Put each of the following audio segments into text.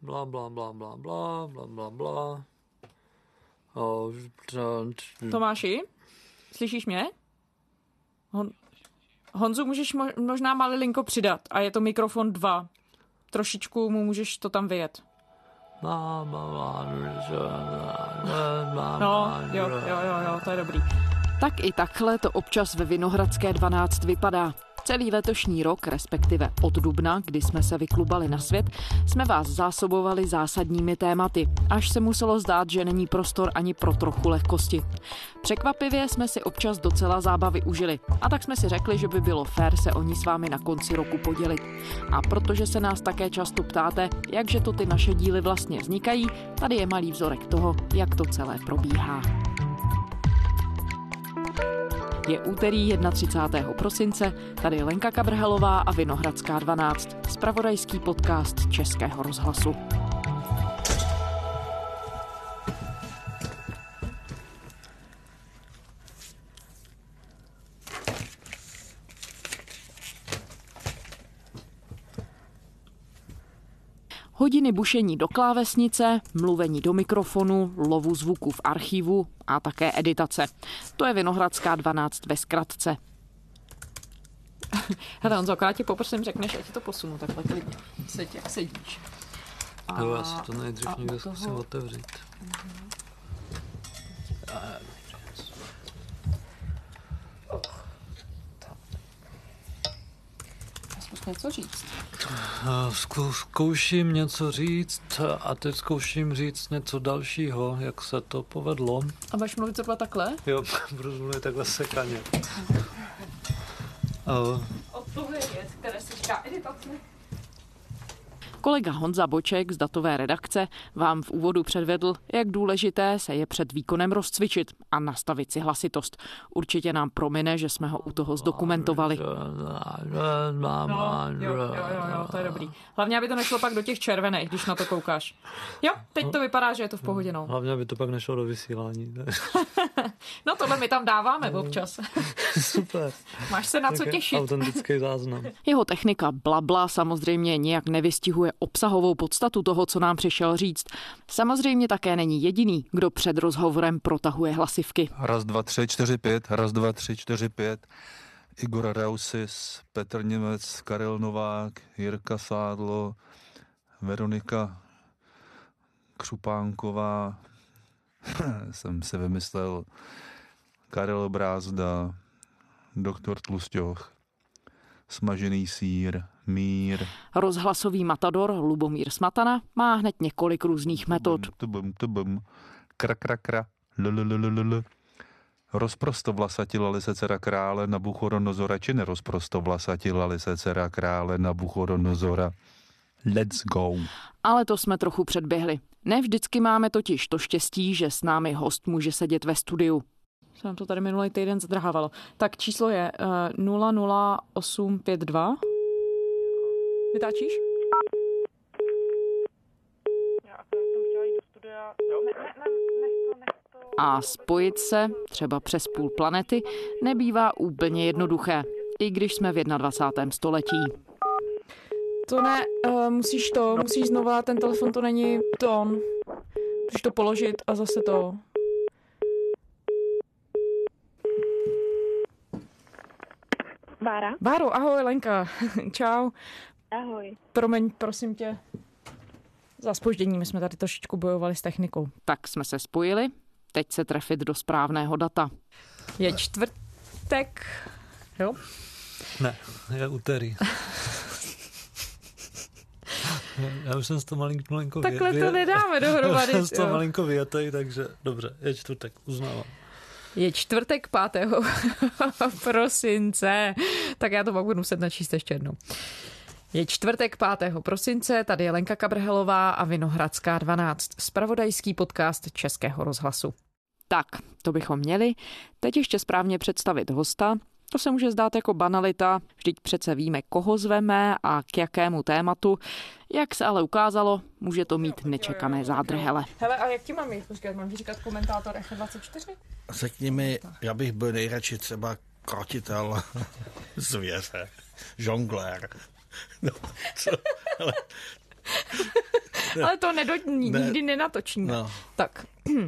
bla, bla, bla, bla, bla, bla, bla, bla. Tomáši, slyšíš mě? Honzu můžeš možná malilinko přidat a je to mikrofon 2. Trošičku mu můžeš to tam vyjet. No, jo, to je dobrý. Tak i takhle to občas ve Vinohradské 12 vypadá. Celý letošní rok, respektive od dubna, kdy jsme se vyklubali na svět, jsme vás zásobovali zásadními tématy, až se muselo zdát, že není prostor ani pro trochu lehkosti. Překvapivě jsme si občas docela zábavy užili a tak jsme si řekli, že by bylo fér se o ní s vámi na konci roku podělit. A protože se nás také často ptáte, jakže to ty naše díly vlastně vznikají, tady je malý vzorek toho, jak to celé probíhá. Je úterý 31. prosince, tady je Lenka Kabrhelová a Vinohradská 12, zpravodajský podcast Českého rozhlasu. Hodiny bušení do klávesnice, mluvení do mikrofonu, lovu zvuků v archivu a také editace. To je Vinohradská 12 ve zkratce. Hele, Honzo, akorát tě poprosím, řekneš, ať ti to posunu takhle klidně. Seď, jak sedíš. Jo, já si to nejdřív někde zkusím otevřít. Zkus něco říct. Zkouším něco říct a teď zkouším říct něco dalšího, jak se to povedlo. A budeš mluvit takhle takhle? Jo, budu mluvit takhle sekaně. Od toho je věc, které se říká editace. Kolega Honza Boček z datové redakce vám v úvodu předvedl, jak důležité se je před výkonem rozcvičit a nastavit si hlasitost. Určitě nám promine, že jsme ho u toho zdokumentovali. Jo, to je dobrý. Hlavně, aby to nešlo pak do těch červených, když na to koukáš. Jo, teď to vypadá, že je to v pohodě, no. Hlavně, aby to pak nešlo do vysílání. No tohle my tam dáváme občas. Super. Máš se na co těšit. Autentický záznam. Jeho technika blabla samozřejmě nijak nevystihuje obsahovou podstatu toho, co nám přišel říct. Samozřejmě také není jediný, kdo před rozhovorem protahuje hlasivky. 1, 2, 3, 4, 5, 1, 2, 3, 4, 5. Igor Rausis, Petr Němec, Karel Novák, Jirka Sádlo, Veronika Křupánková, jsem si vymyslel, Karel Brázda, doktor Tlusťoch, Smažený sýr, Mír. Rozhlasový matador Lubomír Smatana má hned několik různých metod. Kra, rozprostovlasatila li se dcera krále Nabuchodonozora, či nerozprostovlasatila li se dcera krále Nabuchodonozora. Let's go. Ale to jsme trochu předběhli. Ne vždycky máme totiž to štěstí, že s námi host může sedět ve studiu. Jsem to tady minulý týden zadrhávalo. Tak číslo je 00852. Vytáčíš? Já jsem chtěla jít do studia. Nech to. A spojit se, třeba přes půl planety, nebývá úplně jednoduché, i když jsme v 21. století. To ne, musíš znova, ten telefon to není tón. Musíš to položit a zase to. Báro, ahoj, Lenka. Čau. Ahoj. Promiň, prosím tě. Za zpoždění, my jsme tady trošičku bojovali s technikou. Tak jsme se spojili, teď se trefit do správného data. Je čtvrtek, jo? Ne, je úterý. Já už jsem s to malinko takhle to nedáme dohromady. Já jsem s to malinko vyjetej, takže dobře, je čtvrtek, uznávám. Je čtvrtek 5. prosince. Tak já to pak budu muset načíst ještě jednou. Je čtvrtek 5. prosince, tady je Lenka Kabrhelová a Vinohradská 12, zpravodajský podcast Českého rozhlasu. Tak, to bychom měli. Teď ještě správně představit hosta. To se může zdát jako banalita, vždyť přece víme, koho zveme a k jakému tématu. Jak se ale ukázalo, může to mít nečekané zádrhele. Hele, a jak ti mám jít? Počkej, mám ti říkat komentátor F24? Řekni mi, já bych byl nejradši třeba krotitel zvěře, žonglér. No, co? Ale Ale to nikdy nenatočíme. No. Tak.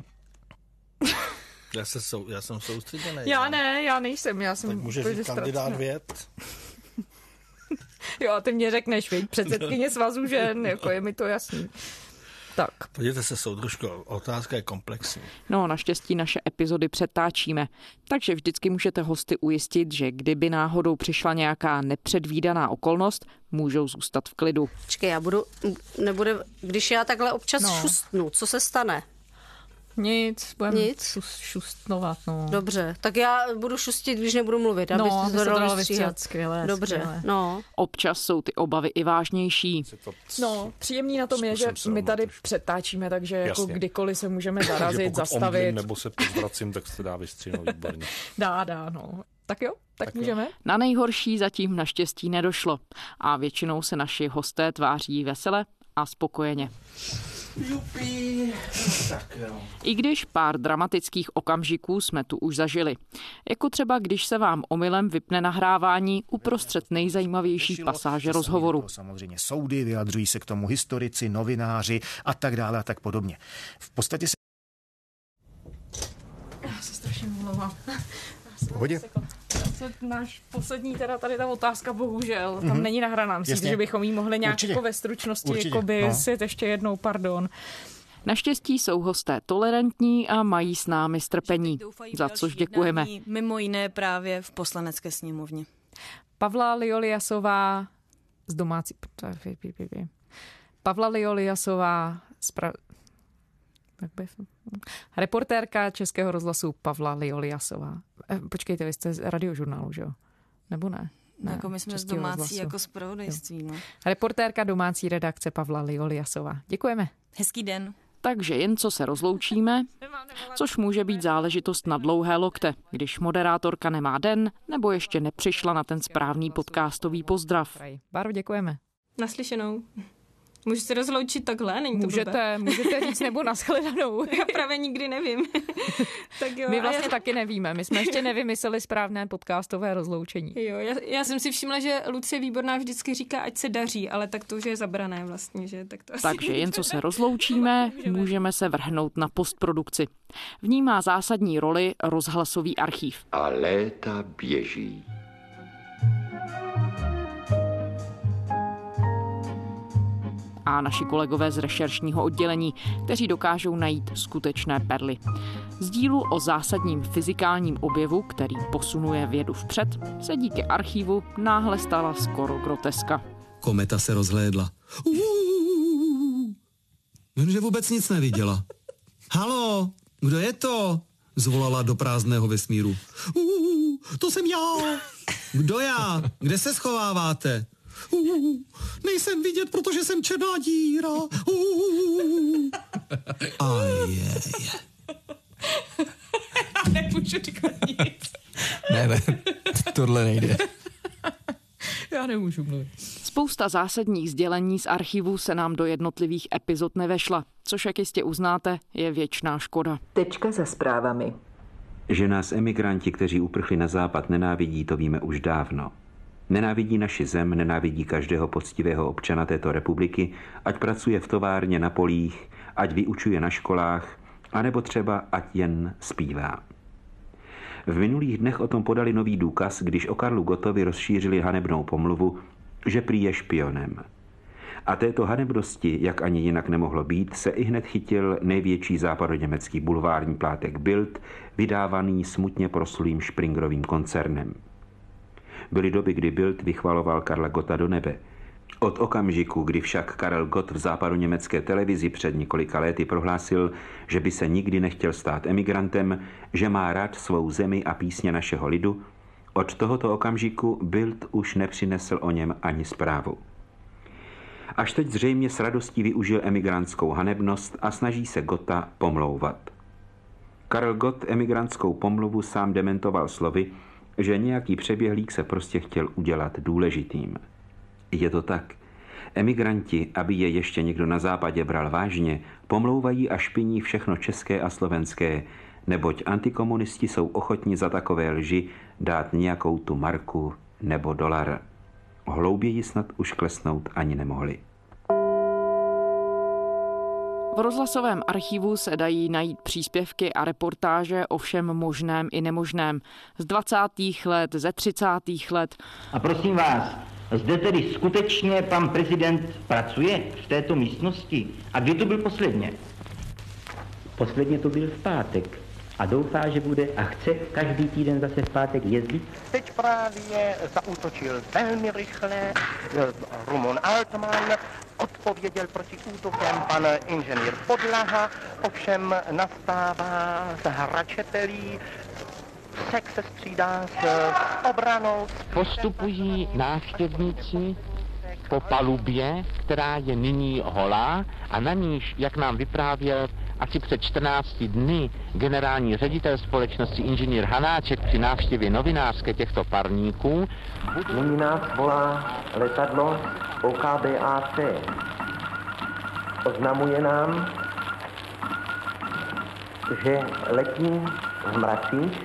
Já jsem soustředěný. Já nejsem. Já jsem tak můžeš říct kandidát věd. Jo, a ty mě řekneš, viď, předsedkyně svazu žen, jako je mi to jasný. Tak. Podívejte se, soudružko, otázka je komplexní. No, naštěstí naše epizody přetáčíme, takže vždycky můžete hosty ujistit, že kdyby náhodou přišla nějaká nepředvídaná okolnost, můžou zůstat v klidu. Počkej, když já takhle občas šustnu, co se stane? Nic, budeme šustnovat, no. Dobře, tak já budu šustit, když nebudu mluvit, abyste to dalo vystříhat. Skvěle, dobře, skvěle. no. Občas jsou ty obavy i vážnější. No, příjemný na tom je, že my tady přetáčíme, takže jako kdykoliv se můžeme zarazit, zastavit. Omdlím, nebo se pozvracím, tak se dá vystřihnout výborně. Dá, no. Tak jo, tak můžeme. Jo. Na nejhorší zatím naštěstí nedošlo a většinou se naši hosté tváří vesele a spokojeně. Jupi. Tak jo. I když pár dramatických okamžiků jsme tu už zažili. Jako třeba, když se vám omylem vypne nahrávání uprostřed nejzajímavější pasáže rozhovoru. Samozřejmě soudy, vyjadřují se k tomu historici, novináři a tak dále a tak podobně. V podstatě se... Já se strašně omlouvám. Pohodě. Náš poslední tady ta otázka, bohužel, tam není nahraná. Myslím, že bychom jí mohli nějak jako ve stručnosti svět ještě jednou, pardon. Naštěstí jsou hosté tolerantní a mají s námi strpení, za což děkujeme. Mimo jiné právě v Poslanecké sněmovně. Pavla Lioliasová z domácí... Pavla Lioliasová reportérka Českého rozhlasu Pavla Lioliasová. Počkejte, vy jste z radiožurnálu, že jo? Nebo ne? Jako my jsme z domácí rozhlasu. Jako zpravodajství. No. Reportérka domácí redakce Pavla Lioliasová. Děkujeme. Hezký den. Takže jen co se rozloučíme, což může být záležitost na dlouhé lokte, když moderátorka nemá den, nebo ještě nepřišla na ten správný podcastový pozdrav. Báro, děkujeme. Naslyšenou. Můžu se rozloučit takhle? Není to můžete říct nebo nashledanou. Já právě nikdy nevím. Tak jo, my vlastně taky nevíme. My jsme ještě nevymysleli správné podcastové rozloučení. Jo, já jsem si všimla, že Lucie Výborná vždycky říká, ať se daří, ale tak to už je zabrané vlastně. Že? Tak to takže jen co se rozloučíme, můžeme se vrhnout na postprodukci. V ní má zásadní roli rozhlasový archív. A léta běží. A naši kolegové z rešeršního oddělení, kteří dokážou najít skutečné perly. Z dílu o zásadním fyzikálním objevu, který posunuje vědu vpřed, se díky archivu náhle stala skoro groteska. Kometa se rozhlédla. Jenže vůbec nic neviděla. Halo, kdo je to? Zvolala do prázdného vesmíru. To jsem já. Kdo já? Kde se schováváte? Nejsem vidět, protože jsem černá díra. A je. Já nemůžu říkat nic. Ne, tohle nejde. Já nemůžu mluvit. Spousta zásadních sdělení z archivu se nám do jednotlivých epizod nevešla, což, jak jistě uznáte, je věčná škoda. Tečka za zprávami. Že nás emigranti, kteří uprchli na západ, nenávidí, to víme už dávno. Nenávidí naši zem, nenávidí každého poctivého občana této republiky, ať pracuje v továrně, na polích, ať vyučuje na školách, anebo třeba ať jen zpívá. V minulých dnech o tom podali nový důkaz, když o Karlu Gottovi rozšířili hanebnou pomluvu, že prý je špionem. A této hanebnosti, jak ani jinak nemohlo být, se ihned chytil největší západoněmecký bulvární plátek Bild, vydávaný smutně proslulým Springerovým koncernem. Byly doby, kdy Bild vychvaloval Karla Gotta do nebe. Od okamžiku, kdy však Karel Gott v západoněmecké televizi před několika lety prohlásil, že by se nikdy nechtěl stát emigrantem, že má rád svou zemi a písně našeho lidu, od tohoto okamžiku Bild už nepřinesl o něm ani zprávu. Až teď zřejmě s radostí využil emigrantskou hanebnost a snaží se Gotta pomlouvat. Karel Gott emigrantskou pomluvu sám dementoval slovy, že nějaký přeběhlík se prostě chtěl udělat důležitým. Je to tak. Emigranti, aby je ještě někdo na západě bral vážně, pomlouvají a špiní všechno české a slovenské, neboť antikomunisti jsou ochotni za takové lži dát nějakou tu marku nebo dolar. Hlouběji snad už klesnout ani nemohli. V rozhlasovém archivu se dají najít příspěvky a reportáže o všem možném i nemožném. Z 20. let, ze 30. let. A prosím vás, zde tedy skutečně pan prezident pracuje v této místnosti? A kdy to byl posledně? Posledně to byl v pátek. A doufá, že bude a chce každý týden zase v pátek jezdit. Teď právě zaútočil velmi rychle Roman Altman, odpověděl proti útokem pan inženýr Podlaha, ovšem nastává z hračetelí, sex se střídá s obranou. Postupují návštěvníci po palubě, která je nyní holá a na níž, jak nám vyprávěl asi před 14 dny generální ředitel společnosti inženýr Hanáček při návštěvě novinářské těchto parníků. Nyní nás volá letadlo OKBAC. Oznamuje nám, že letí v mracích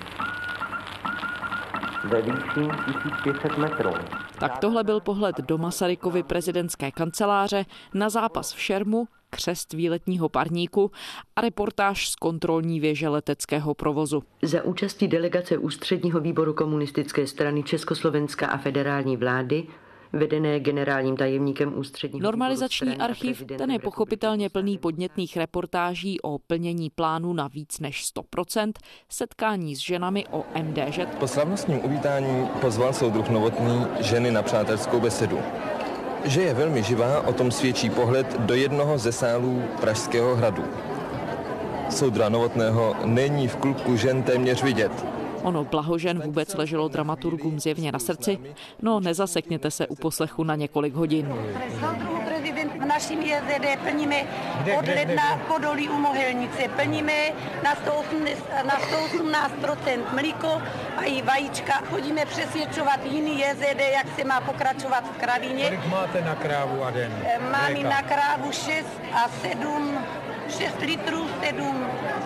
ve výši 1500 metrů. Tak tohle byl pohled do Masarykovy prezidentské kanceláře, na zápas v šermu, křest výletního parníku a reportáž z kontrolní věže leteckého provozu. Za účastí delegace Ústředního výboru komunistické strany Československa a federální vlády, vedené generálním tajemníkem Ústředního Normalizační archiv, ten je pochopitelně plný podnětných reportáží o plnění plánu na víc než 100%, setkání s ženami o MDŽ. Po slavnostním uvítání pozval soudruh Novotný ženy na přátelskou besedu. Že je velmi živá, o tom svědčí pohled do jednoho ze sálů Pražského hradu. Soudra Novotného není v klubku žen téměř vidět. Ono blahožen vůbec leželo dramaturgům zjevně na srdci, no nezasekněte se u poslechu na několik hodin. Prezident v našem JZD plníme od ledna Podolí u Mohelnice. Plníme na 118% mlíko a i vajíčka. Chodíme přesvědčovat jiný JZD, jak se má pokračovat v kravině. Kolik máte na krávu a den? Máme na krávu 6 a 6 litrů, 7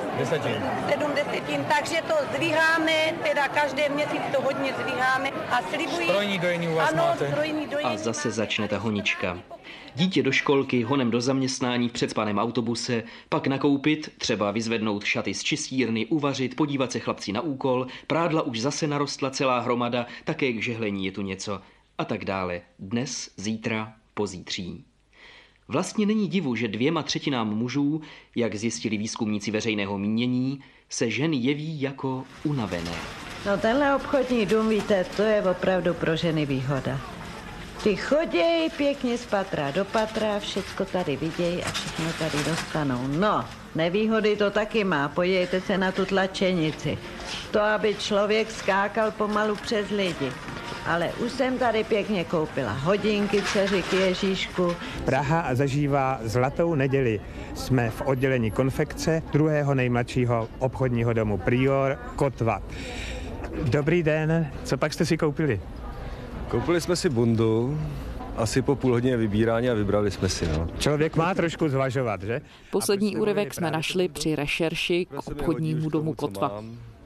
desetin, takže to zdviháme, teda každý měsíc to hodně zdviháme a slibuji. Strojní dojení u vás máte? Strojní dojení. A zase začne ta honička. Dítě do školky, honem do zaměstnání v předspaném autobuse, pak nakoupit, třeba vyzvednout šaty z čistírny, uvařit, podívat se chlapci na úkol, prádla už zase narostla celá hromada, také k žehlení je tu něco a tak dále. Dnes, zítra, pozítří. Vlastně není divu, že 2/3 mužů, jak zjistili výzkumníci veřejného mínění, se ženy jeví jako unavené. No tenhle obchodní dům, víte, to je opravdu pro ženy výhoda. Ty choděj pěkně z patra do patra, všecko tady vidějí a všechno tady dostanou. No, nevýhody to taky má, podívejte se na tu tlačenici. To, aby člověk skákal pomalu přes lidi. Ale už jsem tady pěkně koupila hodinky dceři k Ježíšku. Praha zažívá zlatou neděli. Jsme v oddělení konfekce druhého nejmladšího obchodního domu Prior Kotva. Dobrý den, co pak jste si koupili? Koupili jsme si bundu, asi po půl hodině vybírání a vybrali jsme si. No. Člověk má trošku zvažovat, že? Poslední úryvek jsme našli při rešerši k obchodnímu domu Kotva.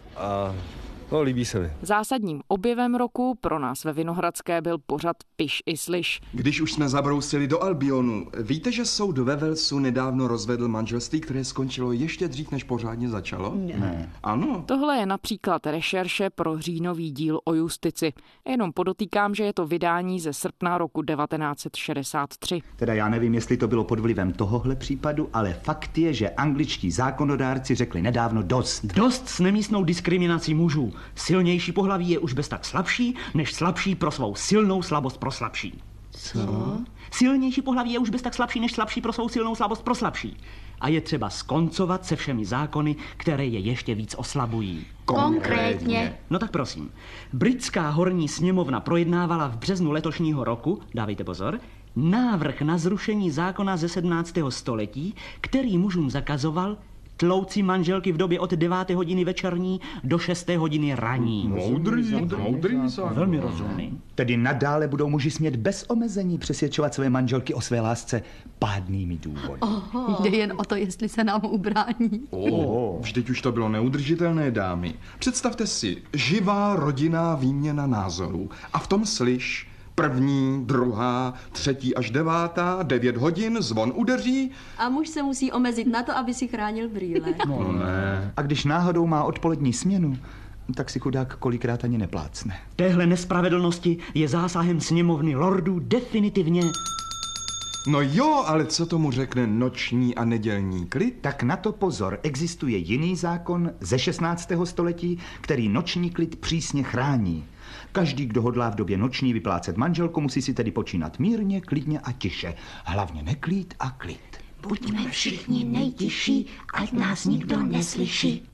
No, líbí se mi. Zásadním objevem roku pro nás ve Vinohradské byl pořad Piš i slyš. Když už jsme zabrousili do Albionu, víte, že soud ve Walesu nedávno rozvedl manželství, které skončilo ještě dřív, než pořádně začalo? Ne. Ano. Tohle je například rešerše pro říjnový díl o justici. Jenom podotýkám, že je to vydání ze srpna roku 1963. Teda já nevím, jestli to bylo pod vlivem tohohle případu, ale fakt je, že angličtí zákonodárci řekli nedávno dost. Dost s nemístnou diskriminací mužů. Silnější pohlaví je už bez tak slabší, než slabší pro svou silnou slabost pro slabší. Co? Silnější pohlaví je už bez tak slabší, než slabší pro svou silnou slabost pro slabší. A je třeba skoncovat se všemi zákony, které je ještě víc oslabují. Konkrétně? No tak prosím. Britská horní sněmovna projednávala v březnu letošního roku, dávejte pozor, návrh na zrušení zákona ze 17. století, který mužům zakazoval tlouci manželky v době od 9. hodiny večerní do 6. hodiny ranní. Moudrý. Velmi rozumný. Tedy nadále budou muži smět bez omezení přesvědčovat své manželky o své lásce pádnými důvody. Jde jen o to, jestli se nám ubrání. Vždyť už to bylo neudržitelné, dámy. Představte si, živá rodinná výměna názorů. A v tom slyš, První, druhá, třetí až devátá, 9 hodin, zvon udeří. A muž se musí omezit na to, aby si chránil brýle. No ne. A když náhodou má odpolední směnu, tak si chudák kolikrát ani neplácne. Téhle nespravedlnosti je zásahem sněmovny lordů definitivně. No jo, ale co tomu řekne noční a nedělní klid? Tak na to pozor, existuje jiný zákon ze 16. století, který noční klid přísně chrání. Každý, kdo hodlá v době noční vyplácet manželku, musí si tedy počínat mírně, klidně a tiše. Hlavně neklid a klid. Buďme všichni nejtiší, ať nás nikdo neslyší.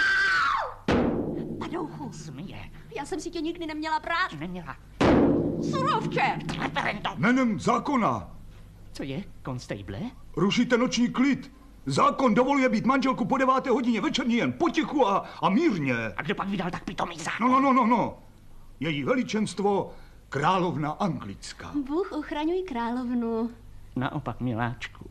Padouchu. Zmije. Já jsem si tě nikdy neměla brát. Neměla. Surovče. Referendo. Jménem zákona. Co je, konstable? Rušíte noční klid. Zákon dovoluje být manželku po 9. hodině večerní jen potichu a mírně. A kdo pak vydal tak pitomý zákon? No. Její veličenstvo královna anglická. Bůh ochraňuj královnu. Naopak, miláčku,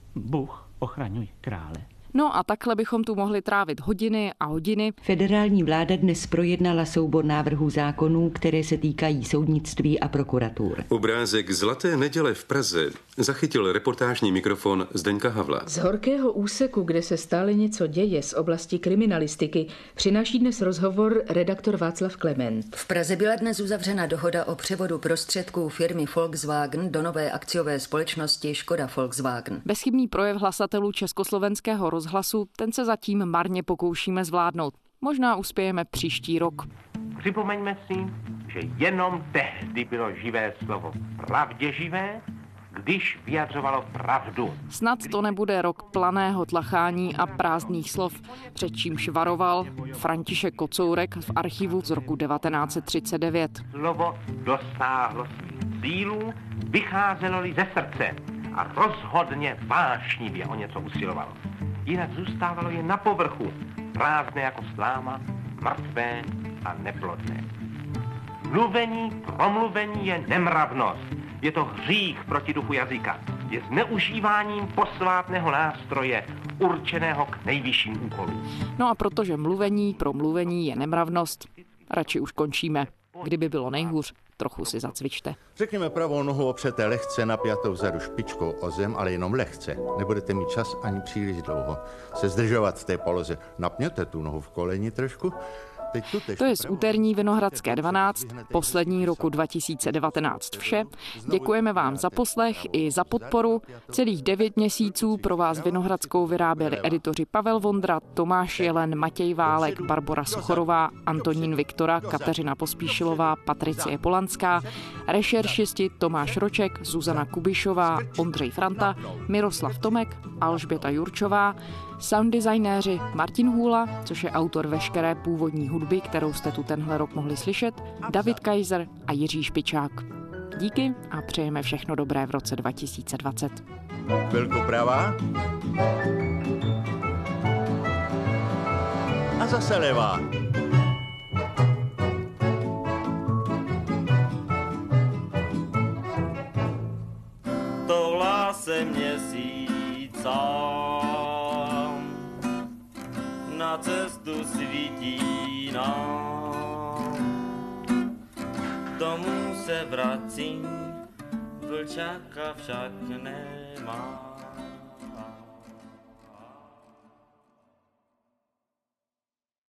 Bůh ochraňuj krále. No a takhle bychom tu mohli trávit hodiny a hodiny. Federální vláda dnes projednala soubor návrhů zákonů, které se týkají soudnictví a prokuratur. Obrázek Zlaté neděle v Praze zachytil reportážní mikrofon Zdeňka Havla. Z horkého úseku, kde se stále něco děje z oblasti kriminalistiky, přináší dnes rozhovor redaktor Václav Klement. V Praze byla dnes uzavřena dohoda o převodu prostředků firmy Volkswagen do nové akciové společnosti Škoda Volkswagen. Bezchybný projev hlasatelů Československého rozhlasu, ten se zatím marně pokoušíme zvládnout. Možná uspějeme příští rok. Připomeňme si, že jenom tehdy bylo živé slovo pravdě živé, když vyjadřovalo pravdu. Snad to nebude rok planého tlachání a prázdných slov, před čímž varoval František Kocourek v archivu z roku 1939. Slovo dosáhlo svých cílů, vycházelo-li ze srdce a rozhodně vášnivě o něco usilovalo. Jinak zůstávalo je na povrchu, prázdné jako sláma, mrtvé a neplodné. Mluvení, promluvení je nemravnost. Je to hřích proti duchu jazyka. Je zneužíváním posvátného nástroje, určeného k nejvyšším úkolům. No a protože mluvení, promluvení je nemravnost, radši už končíme. Kdyby bylo nejhůř, trochu si zacvičte. Řekněme, pravou nohu opřete lehce napjatou vzadu špičkou o zem, ale jenom lehce. Nebudete mít čas ani příliš dlouho se zdržovat v té poloze. Napněte tu nohu v koleni trošku. To je z úterní Vinohradské 12, poslední roku 2019 vše. Děkujeme vám za poslech i za podporu. Celých 9 měsíců pro vás Vinohradskou vyráběli editoři Pavel Vondra, Tomáš Jelen, Matěj Válek, Barbora Sochorová, Antonín Viktora, Kateřina Pospíšilová, Patricie Polanská, rešeršisti Tomáš Roček, Zuzana Kubišová, Ondřej Franta, Miroslav Tomek, Alžběta Jurčová, sounddesignéři Martin Hůla, což je autor veškeré původní hudby, kterou jste tu tenhle rok mohli slyšet, David Kaiser a Jiří Špičák. Díky a přejeme všechno dobré v roce 2020. Chvilku pravá. A zase levá. To vláse měsíc na cestu svítí nám. Domů se vracím, vlčáka však nemám.